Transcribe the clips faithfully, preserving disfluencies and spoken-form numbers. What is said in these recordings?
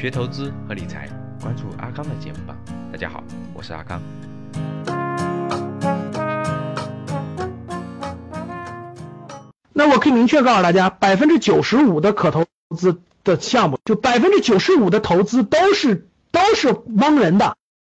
学投资和理财，关注阿康的节目吧。大家好，我是阿康。 那我可以明确告诉大家，百分之九十五的可投资的项目，就百分之九十五的投资都是都是蒙人的，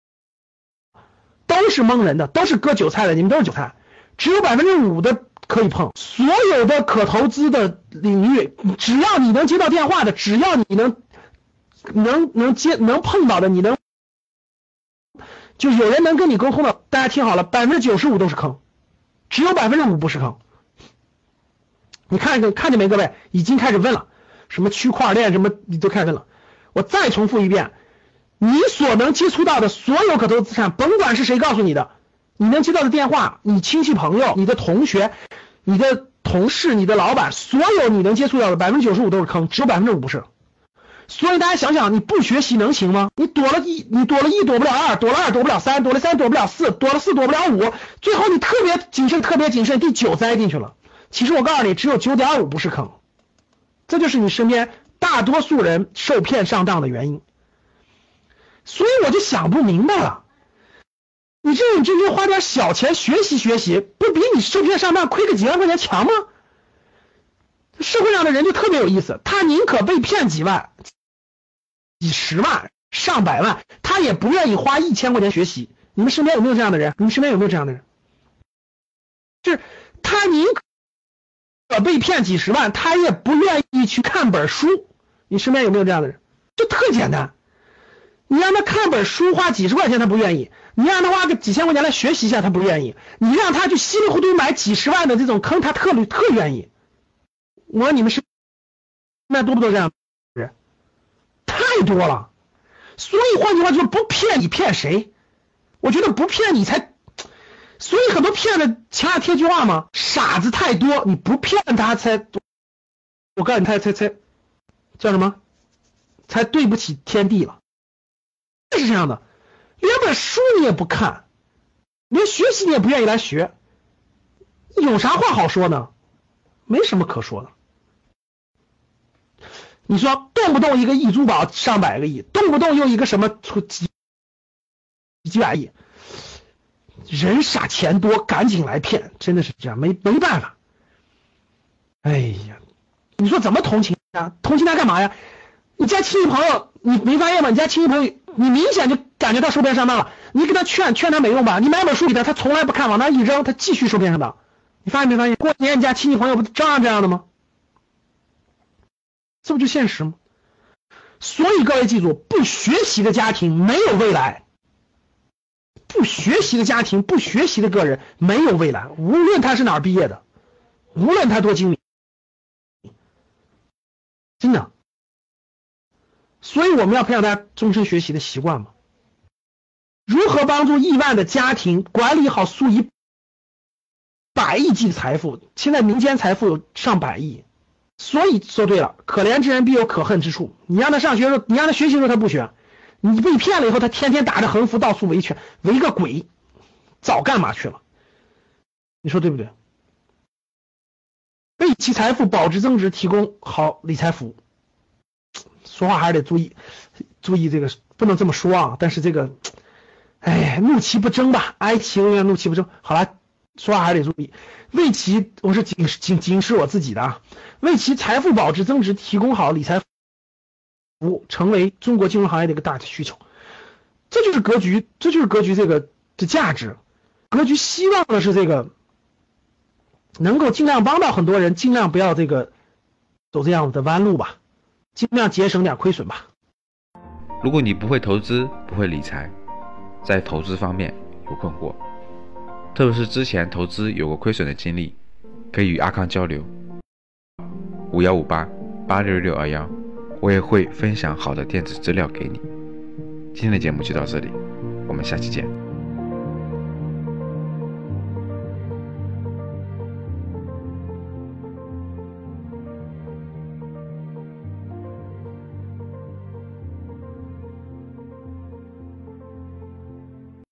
都是蒙人的，都是割韭菜的，你们都是韭菜，只有百分之五的可以碰。所有的可投资的领域，只要你能接到电话的，只要你能能能接能碰到的，你能就有人能跟你沟通的，大家听好了，百分之九十五都是坑，只有百分之五不是坑。你看看看见没，各位已经开始问了，什么区块链什么你都开始问了。我再重复一遍，你所能接触到的所有可投资资产，甭管是谁告诉你的，你能接到的电话，你亲戚朋友、你的同学、你的同事、你的老板，所有你能接触到的百分之九十五都是坑，只有百分之五不是。所以大家想想，你不学习能行吗？你躲了一，你躲了一躲不了二，躲了二躲不了三，躲了三躲不了四，躲了四躲不了五，最后你特别谨慎，特别谨慎，第九栽进去了。其实我告诉你，只有 九点五 不是坑，这就是你身边大多数人受骗上当的原因。所以我就想不明白了，你认认真真花点小钱学习学习，不比你受骗上当亏个几万块钱强吗？社会上的人就特别有意思，他宁可被骗几万、几十万、上百万，他也不愿意花一千块钱学习。你们身边有没有这样的人？你们身边有没有这样的人？就是他宁可被骗几十万，他也不愿意去看本书。你身边有没有这样的人？就特简单，你让他看本书花几十块钱他不愿意，你让他花个几千块钱来学习一下他不愿意，你让他去稀里糊涂买几十万的这种坑他特特愿意。我说你们身边多不多这样的人？太多了。所以换句话说，不骗你骗谁？我觉得不骗你才，所以很多骗子前两贴句话嘛，傻子太多，你不骗他才，我告诉你，才才才叫什么？才对不起天地了。是这样的，连本书你也不看，连学习你也不愿意来学，有啥话好说呢？没什么可说的。你说动不动一个亿珠宝上百个亿，动不动又一个什么出几几百亿，人傻钱多，赶紧来骗，真的是这样，没没办法。哎呀，你说怎么同情啊？同情他干嘛呀？你家亲戚朋友，你没发现吗？你家亲戚朋友，你明显就感觉到受骗上当了，你跟他劝劝他没用吧？你买本书给他，他从来不看，往那一扔，他继续受骗上当。你发现没发现？过年你家亲戚朋友不照样这样的吗？这不就现实吗？所以各位记住，不学习的家庭没有未来，不学习的家庭，不学习的个人没有未来，无论他是哪儿毕业的，无论他多精明，真的。所以我们要培养大家终身学习的习惯嘛。如何帮助亿万的家庭管理好数以百亿计的财富？现在民间财富有上百亿。所以说对了，可怜之人必有可恨之处。你让他上学的时候，你让他学习的时候他不学，你被骗了以后，他天天打着横幅到处维权，维个鬼，早干嘛去了？你说对不对？为其财富保值增值提供好理财服务。说话还是得注意，注意这个不能这么说啊。但是这个，哎，怒其不争吧，哀其永远怒其不争。好了。说话还得注意，为其我是仅仅仅是我自己的啊，为其财富保值增值提供好理财服务，成为中国金融行业的一个大的需求。这就是格局，这就是格局这个的价值。格局希望的是这个能够尽量帮到很多人，尽量不要这个走这样的弯路吧，尽量节省点亏损吧。 如果你不会投资，不会理财，在投资方面有困惑，特别是之前投资有过亏损的经历，可以与阿康交流，五一五八八六六二一，我也会分享好的电子资料给你。今天的节目就到这里，我们下期见。